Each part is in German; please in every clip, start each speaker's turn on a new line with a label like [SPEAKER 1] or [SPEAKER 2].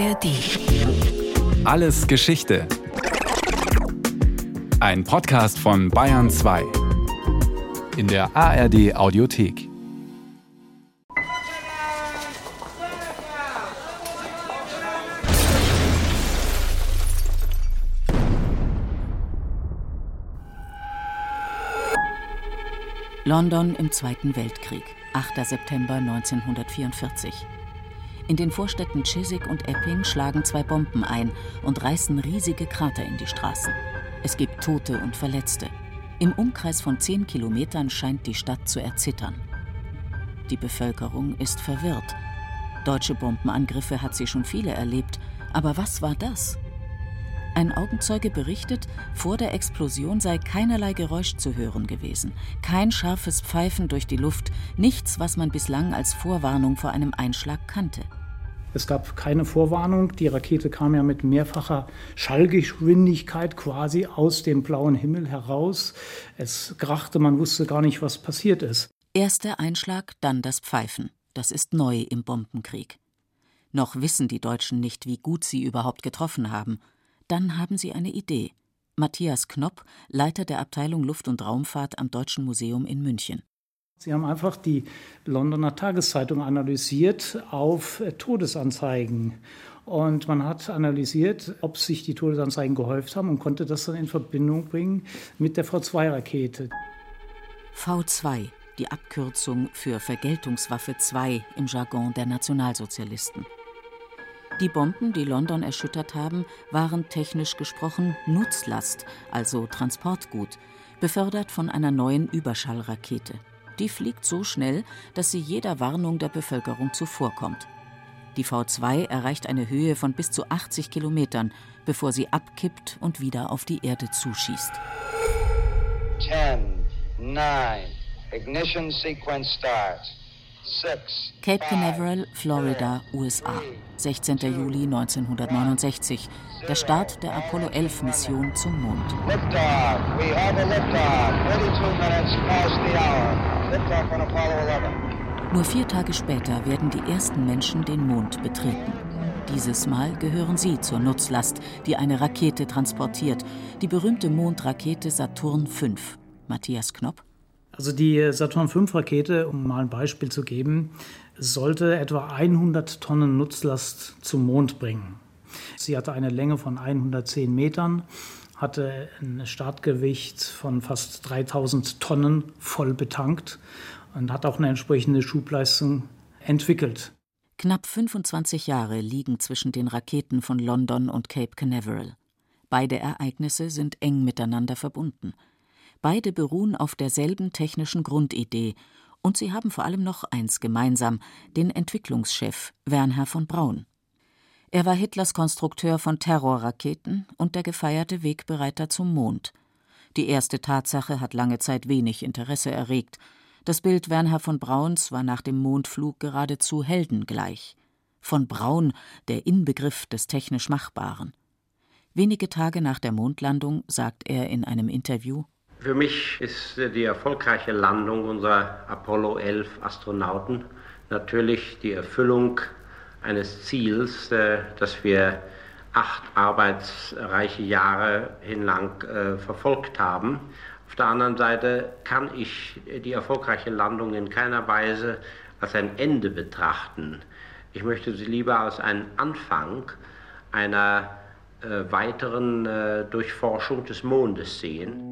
[SPEAKER 1] ARD.
[SPEAKER 2] Alles Geschichte. Ein Podcast von Bayern 2. In der ARD Audiothek.
[SPEAKER 3] London im Zweiten Weltkrieg, 8. September 1944. In den Vorstädten Chiswick und Epping schlagen 2 Bomben ein und reißen riesige Krater in die Straßen. Es gibt Tote und Verletzte. Im Umkreis von 10 Kilometern scheint die Stadt zu erzittern. Die Bevölkerung ist verwirrt. Deutsche Bombenangriffe hat sie schon viele erlebt. Aber was war das? Ein Augenzeuge berichtet, vor der Explosion sei keinerlei Geräusch zu hören gewesen. Kein scharfes Pfeifen durch die Luft, nichts, was man bislang als Vorwarnung vor einem Einschlag kannte.
[SPEAKER 4] Es gab keine Vorwarnung. Die Rakete kam ja mit mehrfacher Schallgeschwindigkeit quasi aus dem blauen Himmel heraus. Es krachte, man wusste gar nicht, was passiert ist.
[SPEAKER 3] Erst der Einschlag, dann das Pfeifen. Das ist neu im Bombenkrieg. Noch wissen die Deutschen nicht, wie gut sie überhaupt getroffen haben. Dann haben sie eine Idee. Matthias Knopp, Leiter der Abteilung Luft- und Raumfahrt am Deutschen Museum in München.
[SPEAKER 4] Sie haben einfach die Londoner Tageszeitung analysiert auf Todesanzeigen. Und man hat analysiert, ob sich die Todesanzeigen gehäuft haben und konnte das dann in Verbindung bringen mit der V2-Rakete.
[SPEAKER 3] V2, die Abkürzung für Vergeltungswaffe 2 im Jargon der Nationalsozialisten. Die Bomben, die London erschüttert haben, waren technisch gesprochen Nutzlast, also Transportgut, befördert von einer neuen Überschallrakete. Die fliegt so schnell, dass sie jeder Warnung der Bevölkerung zuvorkommt. Die V2 erreicht eine Höhe von bis zu 80 Kilometern, bevor sie abkippt und wieder auf die Erde zuschießt.
[SPEAKER 5] 10, 9, ignition sequence start. 6,
[SPEAKER 3] Cape Canaveral, Florida, USA, 16. Juli 1969, der Start der Apollo-11-Mission zum Mond.
[SPEAKER 5] Liftoff. We have a liftoff. 32 minutes past the hour. Liftoff on Apollo 11.
[SPEAKER 3] Nur 4 Tage später werden die ersten Menschen den Mond betreten. Dieses Mal gehören sie zur Nutzlast, die eine Rakete transportiert, die berühmte Mondrakete Saturn V. Matthias Knopp.
[SPEAKER 4] Also die Saturn-V-Rakete, um mal ein Beispiel zu geben, sollte etwa 100 Tonnen Nutzlast zum Mond bringen. Sie hatte eine Länge von 110 Metern, hatte ein Startgewicht von fast 3000 Tonnen voll betankt und hat auch eine entsprechende Schubleistung entwickelt.
[SPEAKER 3] Knapp 25 Jahre liegen zwischen den Raketen von London und Cape Canaveral. Beide Ereignisse sind eng miteinander verbunden. Beide beruhen auf derselben technischen Grundidee und sie haben vor allem noch eins gemeinsam, den Entwicklungschef Wernher von Braun. Er war Hitlers Konstrukteur von Terrorraketen und der gefeierte Wegbereiter zum Mond. Die erste Tatsache hat lange Zeit wenig Interesse erregt. Das Bild Wernher von Brauns war nach dem Mondflug geradezu heldengleich. Von Braun, der Inbegriff des technisch Machbaren. Wenige Tage nach der Mondlandung sagt er in einem Interview:
[SPEAKER 6] Für mich ist die erfolgreiche Landung unserer Apollo 11 Astronauten natürlich die Erfüllung eines Ziels, das wir 8 arbeitsreiche Jahre hinlang verfolgt haben. Auf der anderen Seite kann ich die erfolgreiche Landung in keiner Weise als ein Ende betrachten. Ich möchte sie lieber als einen Anfang einer weiteren Durchforschung des Mondes sehen.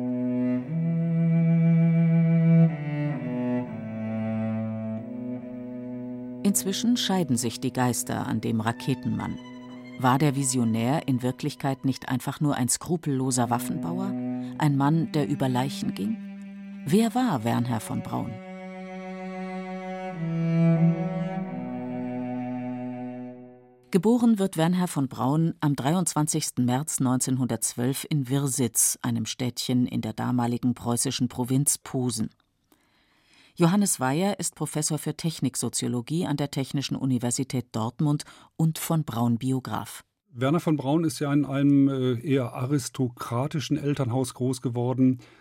[SPEAKER 3] Inzwischen scheiden sich die Geister an dem Raketenmann. War der Visionär in Wirklichkeit nicht einfach nur ein skrupelloser Waffenbauer? Ein Mann, der über Leichen ging? Wer war Wernher von Braun? Geboren wird Wernher von Braun am 23. März 1912 in Wirsitz, einem Städtchen in der damaligen preußischen Provinz Posen. Johannes Weyer ist Professor für Techniksoziologie an der Technischen Universität Dortmund und von Braun Biograf.
[SPEAKER 7] Wernher von Braun ist ja in einem eher aristokratischen Elternhaus groß geworden.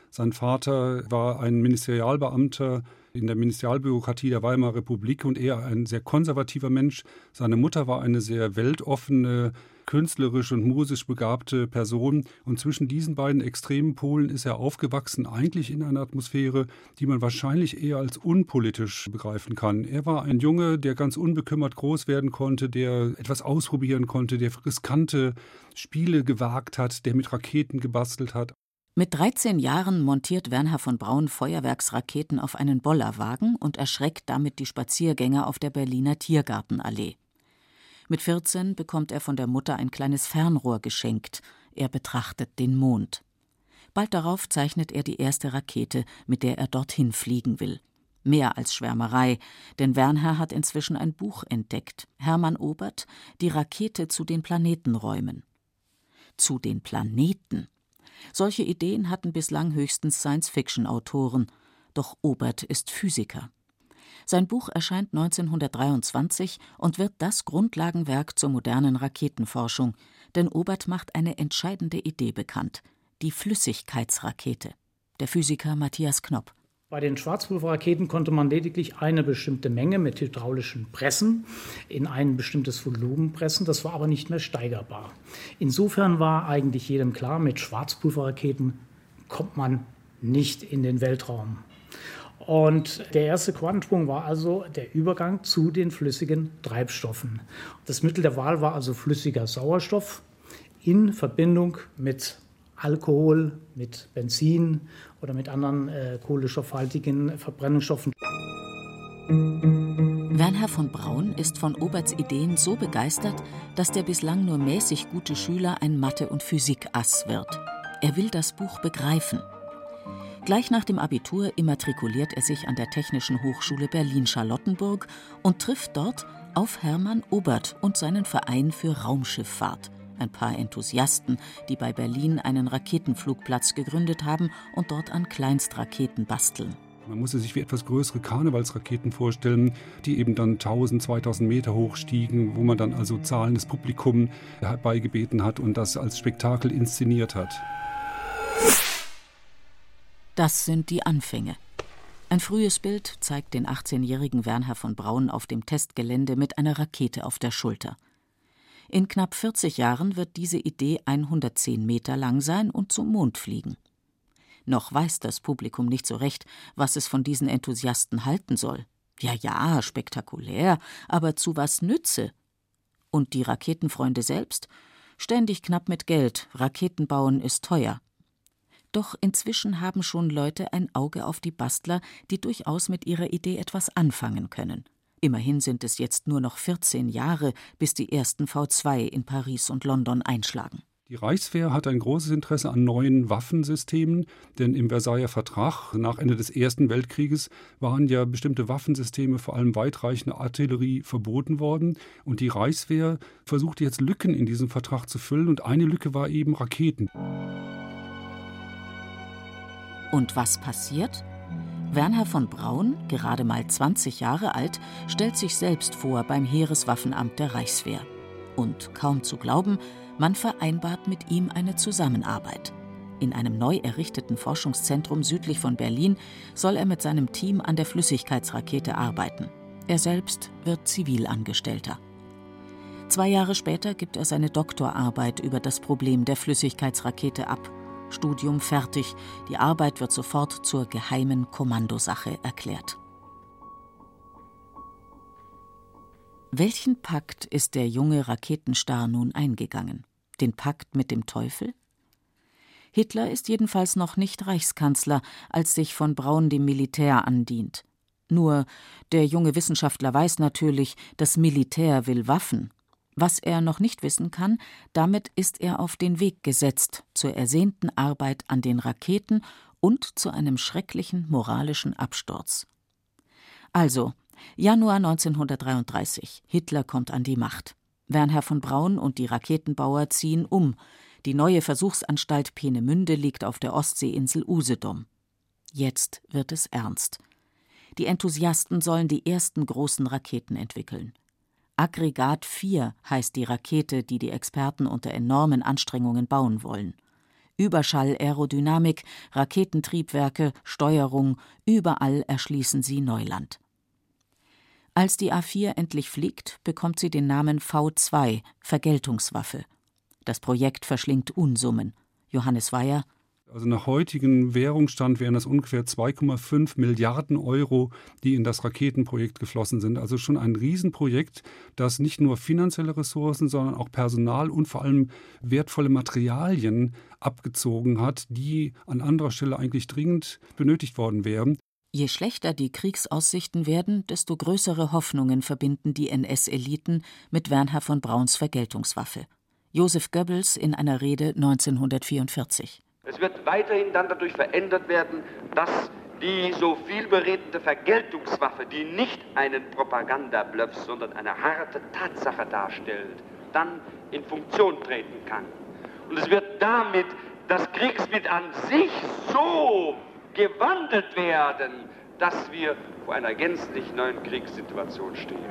[SPEAKER 1] Sein Vater war ein Ministerialbeamter in der Ministerialbürokratie der Weimarer Republik und er ein sehr konservativer Mensch. Seine Mutter war eine sehr weltoffene, künstlerisch und musisch begabte Person. Und zwischen diesen beiden extremen Polen ist er aufgewachsen, eigentlich in einer Atmosphäre, die man wahrscheinlich eher als unpolitisch begreifen kann. Er war ein Junge, der ganz unbekümmert groß werden konnte, der etwas ausprobieren konnte, der riskante Spiele gewagt hat, der mit Raketen gebastelt hat.
[SPEAKER 3] Mit 13 Jahren montiert Wernher von Braun Feuerwerksraketen auf einen Bollerwagen und erschreckt damit die Spaziergänger auf der Berliner Tiergartenallee. Mit 14 bekommt er von der Mutter ein kleines Fernrohr geschenkt. Er betrachtet den Mond. Bald darauf zeichnet er die erste Rakete, mit der er dorthin fliegen will. Mehr als Schwärmerei, denn Wernher hat inzwischen ein Buch entdeckt. Hermann Oberth, Die Rakete zu den Planetenräumen. Zu den Planeten. Solche Ideen hatten bislang höchstens Science-Fiction-Autoren. Doch Oberth ist Physiker. Sein Buch erscheint 1923 und wird das Grundlagenwerk zur modernen Raketenforschung. Denn Oberth macht eine entscheidende Idee bekannt: die Flüssigkeitsrakete. Der Physiker Matthias Knopp.
[SPEAKER 4] Bei den Schwarzpulverraketen konnte man lediglich eine bestimmte Menge mit hydraulischen Pressen in ein bestimmtes Volumen pressen. Das war aber nicht mehr steigerbar. Insofern war eigentlich jedem klar, mit Schwarzpulverraketen kommt man nicht in den Weltraum. Und der erste Quantensprung war also der Übergang zu den flüssigen Treibstoffen. Das Mittel der Wahl war also flüssiger Sauerstoff in Verbindung mit Alkohol, mit Benzin oder mit anderen kohlenstoffhaltigen Verbrennungsstoffen.
[SPEAKER 3] Wernher von Braun ist von Oberths Ideen so begeistert, dass der bislang nur mäßig gute Schüler ein Mathe- und Physik-Ass wird. Er will das Buch begreifen. Gleich nach dem Abitur immatrikuliert er sich an der Technischen Hochschule Berlin-Charlottenburg und trifft dort auf Hermann Oberth und seinen Verein für Raumschifffahrt. Ein paar Enthusiasten, die bei Berlin einen Raketenflugplatz gegründet haben und dort an Kleinstraketen basteln.
[SPEAKER 1] Man musste sich wie etwas größere Karnevalsraketen vorstellen, die eben dann 1000, 2000 Meter hoch stiegen, wo man dann also zahlendes Publikum herbeigebeten hat und das als Spektakel inszeniert hat.
[SPEAKER 3] Das sind die Anfänge. Ein frühes Bild zeigt den 18-jährigen Wernher von Braun auf dem Testgelände mit einer Rakete auf der Schulter. In knapp 40 Jahren wird diese Idee 110 Meter lang sein und zum Mond fliegen. Noch weiß das Publikum nicht so recht, was es von diesen Enthusiasten halten soll. Ja, spektakulär, aber zu was nütze? Und die Raketenfreunde selbst? Ständig knapp mit Geld, Raketen bauen ist teuer. Doch inzwischen haben schon Leute ein Auge auf die Bastler, die durchaus mit ihrer Idee etwas anfangen können. Immerhin sind es jetzt nur noch 14 Jahre, bis die ersten V2 in Paris und London einschlagen.
[SPEAKER 1] Die Reichswehr hat ein großes Interesse an neuen Waffensystemen, denn im Versailler Vertrag nach Ende des Ersten Weltkrieges waren ja bestimmte Waffensysteme, vor allem weitreichende Artillerie, verboten worden. Und die Reichswehr versuchte jetzt Lücken in diesem Vertrag zu füllen und eine Lücke war eben Raketen.
[SPEAKER 3] Und was passiert? Wernher von Braun, gerade mal 20 Jahre alt, stellt sich selbst vor beim Heereswaffenamt der Reichswehr. Und kaum zu glauben, man vereinbart mit ihm eine Zusammenarbeit. In einem neu errichteten Forschungszentrum südlich von Berlin soll er mit seinem Team an der Flüssigkeitsrakete arbeiten. Er selbst wird Zivilangestellter. 2 Jahre später gibt er seine Doktorarbeit über das Problem der Flüssigkeitsrakete ab. Studium fertig, die Arbeit wird sofort zur geheimen Kommandosache erklärt. Welchen Pakt ist der junge Raketenstar nun eingegangen? Den Pakt mit dem Teufel? Hitler ist jedenfalls noch nicht Reichskanzler, als sich von Braun dem Militär andient. Nur, der junge Wissenschaftler weiß natürlich, das Militär will Waffen. Was er noch nicht wissen kann, damit ist er auf den Weg gesetzt zur ersehnten Arbeit an den Raketen und zu einem schrecklichen moralischen Absturz. Also, Januar 1933, Hitler kommt an die Macht. Wernher von Braun und die Raketenbauer ziehen um. Die neue Versuchsanstalt Peenemünde liegt auf der Ostseeinsel Usedom. Jetzt wird es ernst. Die Enthusiasten sollen die ersten großen Raketen entwickeln. Aggregat 4 heißt die Rakete, die die Experten unter enormen Anstrengungen bauen wollen. Überschall, Aerodynamik, Raketentriebwerke, Steuerung, überall erschließen sie Neuland. Als die A4 endlich fliegt, bekommt sie den Namen V2, Vergeltungswaffe. Das Projekt verschlingt Unsummen. Johannes Weyer:
[SPEAKER 1] Also nach heutigem Währungsstand wären das ungefähr 2,5 Milliarden Euro, die in das Raketenprojekt geflossen sind. Also schon ein Riesenprojekt, das nicht nur finanzielle Ressourcen, sondern auch Personal und vor allem wertvolle Materialien abgezogen hat, die an anderer Stelle eigentlich dringend benötigt worden wären.
[SPEAKER 3] Je schlechter die Kriegsaussichten werden, desto größere Hoffnungen verbinden die NS-Eliten mit Wernher von Brauns Vergeltungswaffe. Joseph Goebbels in einer Rede 1944.
[SPEAKER 7] Es wird weiterhin dann dadurch verändert werden, dass die so vielberedende Vergeltungswaffe, die nicht einen Propagandabluff, sondern eine harte Tatsache darstellt, dann in Funktion treten kann. Und es wird damit das Kriegsbild an sich so gewandelt werden, dass wir vor einer gänzlich neuen Kriegssituation stehen.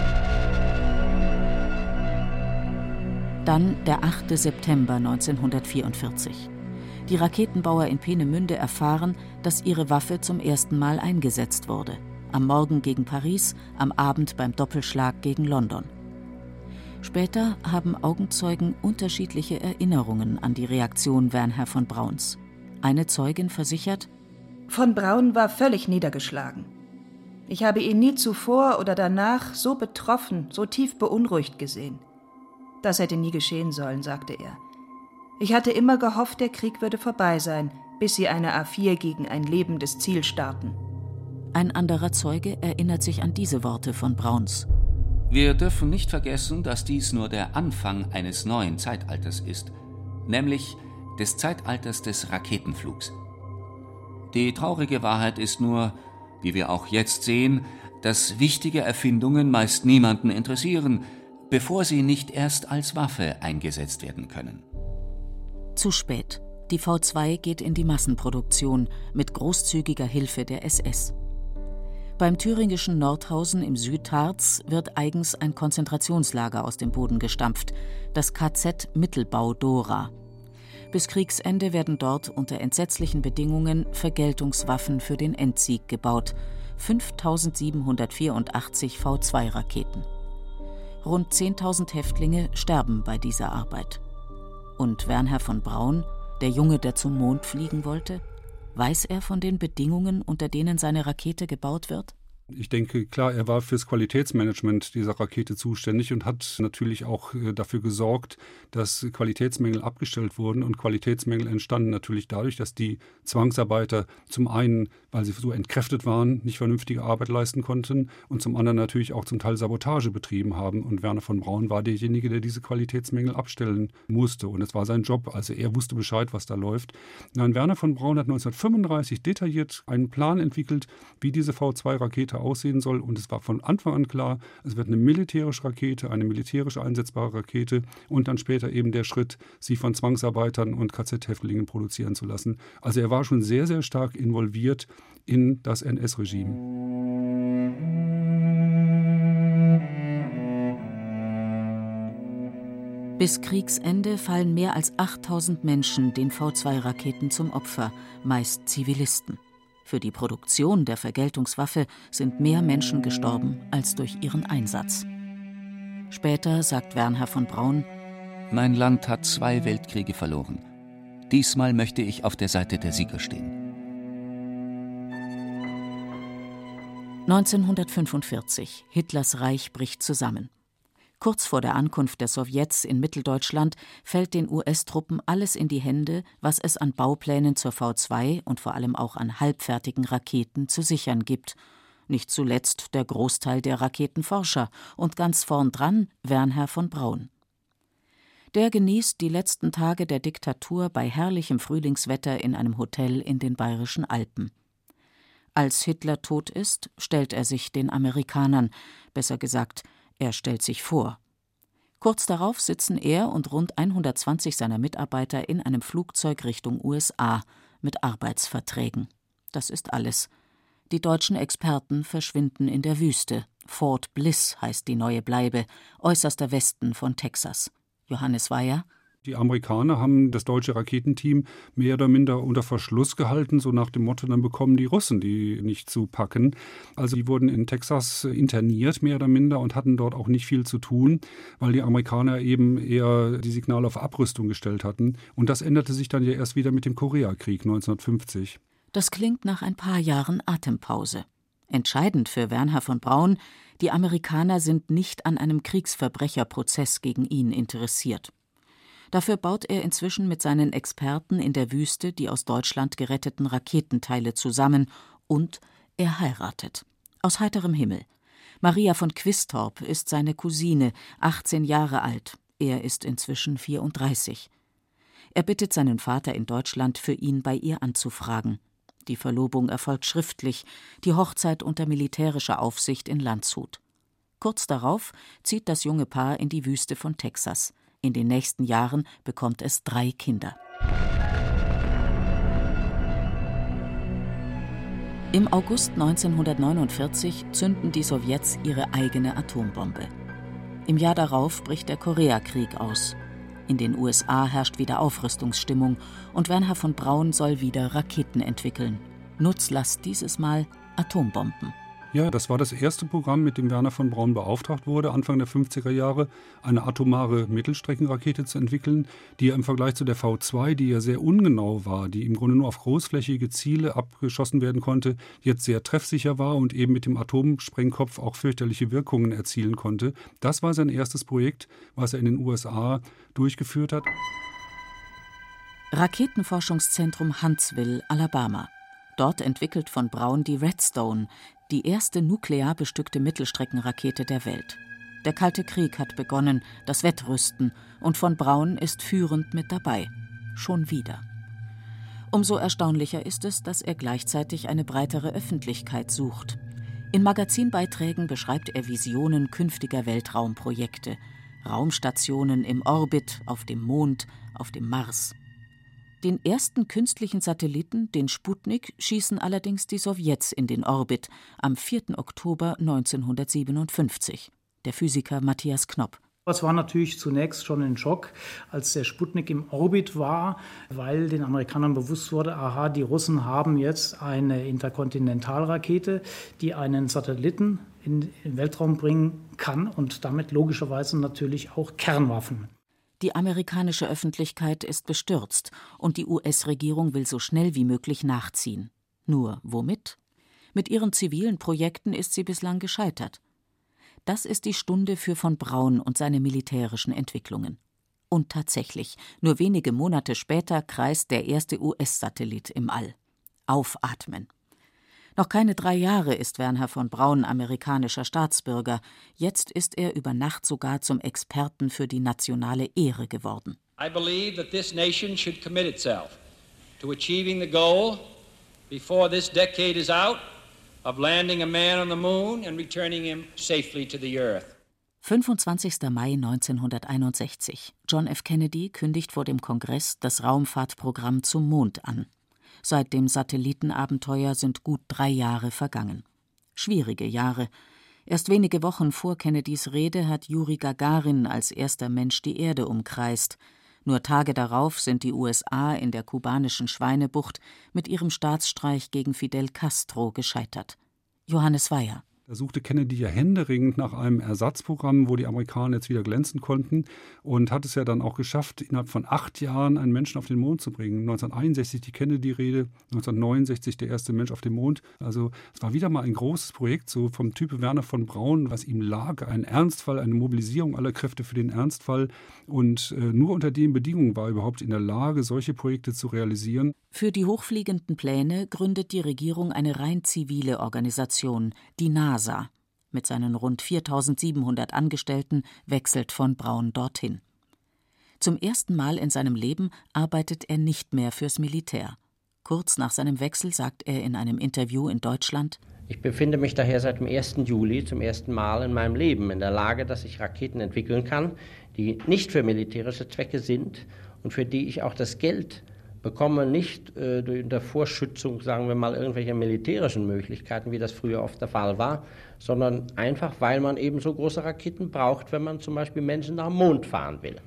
[SPEAKER 3] Dann der 8. September 1944. Die Raketenbauer in Peenemünde erfahren, dass ihre Waffe zum ersten Mal eingesetzt wurde. Am Morgen gegen Paris, am Abend beim Doppelschlag gegen London. Später haben Augenzeugen unterschiedliche Erinnerungen an die Reaktion Wernher von Brauns. Eine Zeugin versichert:
[SPEAKER 8] Von Braun war völlig niedergeschlagen. Ich habe ihn nie zuvor oder danach so betroffen, so tief beunruhigt gesehen. Das hätte nie geschehen sollen, sagte er. Ich hatte immer gehofft, der Krieg würde vorbei sein, bis sie eine A4 gegen ein lebendes Ziel starten.
[SPEAKER 3] Ein anderer Zeuge erinnert sich an diese Worte von Brauns.
[SPEAKER 9] Wir dürfen nicht vergessen, dass dies nur der Anfang eines neuen Zeitalters ist, nämlich des Zeitalters des Raketenflugs. Die traurige Wahrheit ist nur, wie wir auch jetzt sehen, dass wichtige Erfindungen meist niemanden interessieren, bevor sie nicht erst als Waffe eingesetzt werden können.
[SPEAKER 3] Zu spät. Die V2 geht in die Massenproduktion mit großzügiger Hilfe der SS. Beim thüringischen Nordhausen im Südharz wird eigens ein Konzentrationslager aus dem Boden gestampft, das KZ Mittelbau-Dora. Bis Kriegsende werden dort unter entsetzlichen Bedingungen Vergeltungswaffen für den Endsieg gebaut. 5.784 V2-Raketen. Rund 10.000 Häftlinge sterben bei dieser Arbeit. Und Wernher von Braun, der Junge, der zum Mond fliegen wollte, weiß er von den Bedingungen, unter denen seine Rakete gebaut wird?
[SPEAKER 1] Ich denke, klar, er war fürs Qualitätsmanagement dieser Rakete zuständig und hat natürlich auch dafür gesorgt, dass Qualitätsmängel abgestellt wurden. Und Qualitätsmängel entstanden natürlich dadurch, dass die Zwangsarbeiter zum einen, weil sie so entkräftet waren, nicht vernünftige Arbeit leisten konnten und zum anderen natürlich auch zum Teil Sabotage betrieben haben. Und Wernher von Braun war derjenige, der diese Qualitätsmängel abstellen musste. Und es war sein Job. Also er wusste Bescheid, was da läuft. Nein, Wernher von Braun hat 1935 detailliert einen Plan entwickelt, wie diese V2-Rakete aussehen soll. Und es war von Anfang an klar, es wird eine militärische Rakete, eine militärisch einsetzbare Rakete und dann später eben der Schritt, sie von Zwangsarbeitern und KZ-Häftlingen produzieren zu lassen. Also er war schon sehr, sehr stark involviert in das NS-Regime.
[SPEAKER 3] Bis Kriegsende fallen mehr als 8.000 Menschen den V2-Raketen zum Opfer, meist Zivilisten. Für die Produktion der Vergeltungswaffe sind mehr Menschen gestorben als durch ihren Einsatz. Später sagt Wernher von Braun:
[SPEAKER 9] Mein Land hat 2 Weltkriege verloren. Diesmal möchte ich auf der Seite der Sieger stehen.
[SPEAKER 3] 1945. Hitlers Reich bricht zusammen. Kurz vor der Ankunft der Sowjets in Mitteldeutschland fällt den US-Truppen alles in die Hände, was es an Bauplänen zur V2 und vor allem auch an halbfertigen Raketen zu sichern gibt. Nicht zuletzt der Großteil der Raketenforscher und ganz vorn dran Wernher von Braun. Der genießt die letzten Tage der Diktatur bei herrlichem Frühlingswetter in einem Hotel in den Bayerischen Alpen. Als Hitler tot ist, stellt er sich den Amerikanern, besser gesagt, er stellt sich vor. Kurz darauf sitzen er und rund 120 seiner Mitarbeiter in einem Flugzeug Richtung USA mit Arbeitsverträgen. Das ist alles. Die deutschen Experten verschwinden in der Wüste. Fort Bliss heißt die neue Bleibe, äußerster Westen von Texas. Johannes Weyer:
[SPEAKER 1] Die Amerikaner haben das deutsche Raketenteam mehr oder minder unter Verschluss gehalten, so nach dem Motto, dann bekommen die Russen die nicht zu packen. Also die wurden in Texas interniert, mehr oder minder, und hatten dort auch nicht viel zu tun, weil die Amerikaner eben eher die Signale auf Abrüstung gestellt hatten. Und das änderte sich dann ja erst wieder mit dem Koreakrieg 1950.
[SPEAKER 3] Das klingt nach ein paar Jahren Atempause. Entscheidend für Wernher von Braun: die Amerikaner sind nicht an einem Kriegsverbrecherprozess gegen ihn interessiert. Dafür baut er inzwischen mit seinen Experten in der Wüste die aus Deutschland geretteten Raketenteile zusammen und er heiratet. Aus heiterem Himmel. Maria von Quistorp ist seine Cousine, 18 Jahre alt. Er ist inzwischen 34. Er bittet seinen Vater in Deutschland, für ihn bei ihr anzufragen. Die Verlobung erfolgt schriftlich, die Hochzeit unter militärischer Aufsicht in Landshut. Kurz darauf zieht das junge Paar in die Wüste von Texas. In den nächsten Jahren bekommt es 3 Kinder. Im August 1949 zünden die Sowjets ihre eigene Atombombe. Im Jahr darauf bricht der Koreakrieg aus. In den USA herrscht wieder Aufrüstungsstimmung und Wernher von Braun soll wieder Raketen entwickeln. Nutzlast dieses Mal Atombomben.
[SPEAKER 1] Ja, das war das erste Programm, mit dem Wernher von Braun beauftragt wurde, Anfang der 50er Jahre, eine atomare Mittelstreckenrakete zu entwickeln, die ja im Vergleich zu der V2, die ja sehr ungenau war, die im Grunde nur auf großflächige Ziele abgeschossen werden konnte, jetzt sehr treffsicher war und eben mit dem Atomsprengkopf auch fürchterliche Wirkungen erzielen konnte. Das war sein erstes Projekt, was er in den USA durchgeführt hat.
[SPEAKER 3] Raketenforschungszentrum Huntsville, Alabama. Dort entwickelt von Braun die Redstone, die erste nuklear bestückte Mittelstreckenrakete der Welt. Der Kalte Krieg hat begonnen, das Wettrüsten, und von Braun ist führend mit dabei. Schon wieder. Umso erstaunlicher ist es, dass er gleichzeitig eine breitere Öffentlichkeit sucht. In Magazinbeiträgen beschreibt er Visionen künftiger Weltraumprojekte, Raumstationen im Orbit, auf dem Mond, auf dem Mars. Den ersten künstlichen Satelliten, den Sputnik, schießen allerdings die Sowjets in den Orbit am 4. Oktober 1957. Der Physiker Matthias Knopp.
[SPEAKER 4] Es war natürlich zunächst schon ein Schock, als der Sputnik im Orbit war, weil den Amerikanern bewusst wurde, aha, die Russen haben jetzt eine Interkontinentalrakete, die einen Satelliten in den Weltraum bringen kann und damit logischerweise natürlich auch Kernwaffen.
[SPEAKER 3] Die amerikanische Öffentlichkeit ist bestürzt und die US-Regierung will so schnell wie möglich nachziehen. Nur womit? Mit ihren zivilen Projekten ist sie bislang gescheitert. Das ist die Stunde für von Braun und seine militärischen Entwicklungen. Und tatsächlich, nur wenige Monate später kreist der erste US-Satellit im All. Aufatmen. Noch keine 3 Jahre ist Wernher von Braun amerikanischer Staatsbürger. Jetzt ist er über Nacht sogar zum Experten für die nationale Ehre geworden.
[SPEAKER 10] I believe that this nation should commit itself to achieving the goal before this decade is out of landing a man on the moon and returning him safely to the earth.
[SPEAKER 3] 25. Mai 1961. John F. Kennedy kündigt vor dem Kongress das Raumfahrtprogramm zum Mond an. Seit dem Satellitenabenteuer sind gut 3 Jahre vergangen. Schwierige Jahre. Erst wenige Wochen vor Kennedys Rede hat Juri Gagarin als erster Mensch die Erde umkreist. Nur Tage darauf sind die USA in der kubanischen Schweinebucht mit ihrem Staatsstreich gegen Fidel Castro gescheitert. Johannes Weyer.
[SPEAKER 1] Da suchte Kennedy ja händeringend nach einem Ersatzprogramm, wo die Amerikaner jetzt wieder glänzen konnten, und hat es ja dann auch geschafft, innerhalb von 8 Jahren einen Menschen auf den Mond zu bringen. 1961 die Kennedy-Rede, 1969 der erste Mensch auf dem Mond. Also es war wieder mal ein großes Projekt, so vom Type Wernher von Braun, was ihm lag, ein Ernstfall, eine Mobilisierung aller Kräfte für den Ernstfall. Und nur unter den Bedingungen war er überhaupt in der Lage, solche Projekte zu realisieren.
[SPEAKER 3] Für die hochfliegenden Pläne gründet die Regierung eine rein zivile Organisation, die NASA. Mit seinen rund 4.700 Angestellten wechselt von Braun dorthin. Zum ersten Mal in seinem Leben arbeitet er nicht mehr fürs Militär. Kurz nach seinem Wechsel sagt er in einem Interview in Deutschland:
[SPEAKER 11] Ich befinde mich daher seit dem 1. Juli zum ersten Mal in meinem Leben in der Lage, dass ich Raketen entwickeln kann, die nicht für militärische Zwecke sind und für die ich auch das Geld bekomme, nicht unter Vorschützung, sagen wir mal, irgendwelcher militärischen Möglichkeiten, wie das früher oft der Fall war, sondern einfach, weil man eben so große Raketen braucht, wenn man zum Beispiel Menschen nach dem Mond fahren will.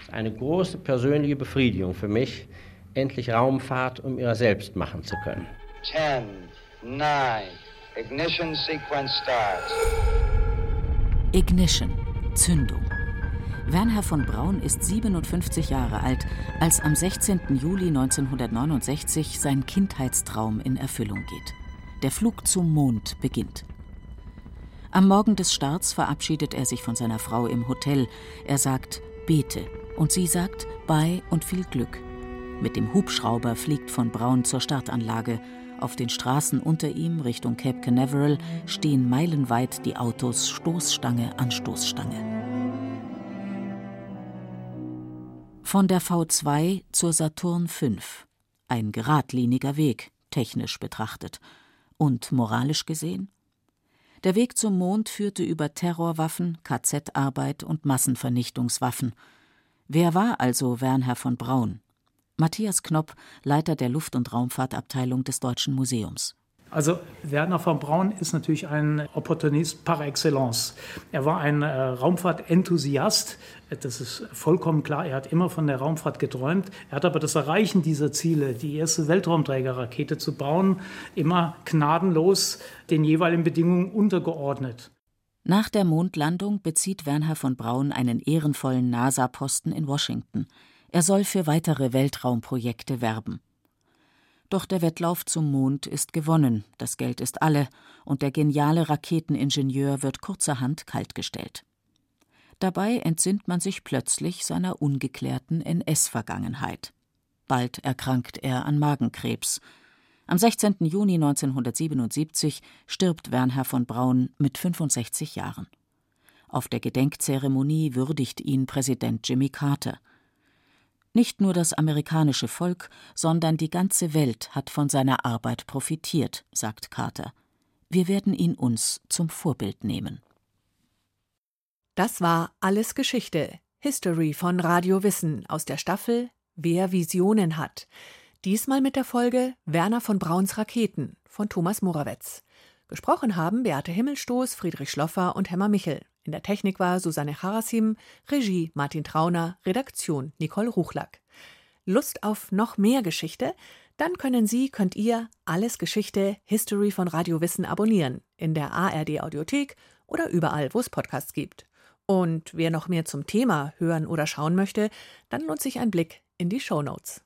[SPEAKER 11] Es ist eine große persönliche Befriedigung für mich, endlich Raumfahrt um ihrer selbst machen zu können.
[SPEAKER 5] 10, 9, ignition sequence starts.
[SPEAKER 3] Ignition, Zündung. Wernher von Braun ist 57 Jahre alt, als am 16. Juli 1969 sein Kindheitstraum in Erfüllung geht. Der Flug zum Mond beginnt. Am Morgen des Starts verabschiedet er sich von seiner Frau im Hotel. Er sagt, bete. Und sie sagt, bye und viel Glück. Mit dem Hubschrauber fliegt von Braun zur Startanlage. Auf den Straßen unter ihm Richtung Cape Canaveral stehen meilenweit die Autos Stoßstange an Stoßstange. Von der V2 zur Saturn V. Ein geradliniger Weg, technisch betrachtet. Und moralisch gesehen? Der Weg zum Mond führte über Terrorwaffen, KZ-Arbeit und Massenvernichtungswaffen. Wer war also Wernher von Braun? Matthias Knopp, Leiter der Luft- und Raumfahrtabteilung des Deutschen Museums.
[SPEAKER 4] Also Wernher von Braun ist natürlich ein Opportunist par excellence. Er war ein Raumfahrtenthusiast, das ist vollkommen klar. Er hat immer von der Raumfahrt geträumt. Er hat aber das Erreichen dieser Ziele, die erste Weltraumträgerrakete zu bauen, immer gnadenlos den jeweiligen Bedingungen untergeordnet.
[SPEAKER 3] Nach der Mondlandung bezieht Wernher von Braun einen ehrenvollen NASA-Posten in Washington. Er soll für weitere Weltraumprojekte werben. Doch der Wettlauf zum Mond ist gewonnen, das Geld ist alle und der geniale Raketeningenieur wird kurzerhand kaltgestellt. Dabei entsinnt man sich plötzlich seiner ungeklärten NS-Vergangenheit. Bald erkrankt er an Magenkrebs. Am 16. Juni 1977 stirbt Wernher von Braun mit 65 Jahren. Auf der Gedenkzeremonie würdigt ihn Präsident Jimmy Carter. Nicht nur das amerikanische Volk, sondern die ganze Welt hat von seiner Arbeit profitiert, sagt Carter. Wir werden ihn uns zum Vorbild nehmen.
[SPEAKER 12] Das war Alles Geschichte, History von Radio Wissen aus der Staffel Wer Visionen hat. Diesmal mit der Folge Wernher von Brauns Raketen von Thomas Morawetz. Gesprochen haben Beate Himmelstoß, Friedrich Schloffer und Hemmer Michel. In der Technik war Susanne Harasim, Regie Martin Trauner, Redaktion Nicole Ruchlack. Lust auf noch mehr Geschichte? Dann könnt ihr Alles Geschichte, History von Radio Wissen abonnieren. In der ARD Audiothek oder überall, wo es Podcasts gibt. Und wer noch mehr zum Thema hören oder schauen möchte, dann lohnt sich ein Blick in die Shownotes.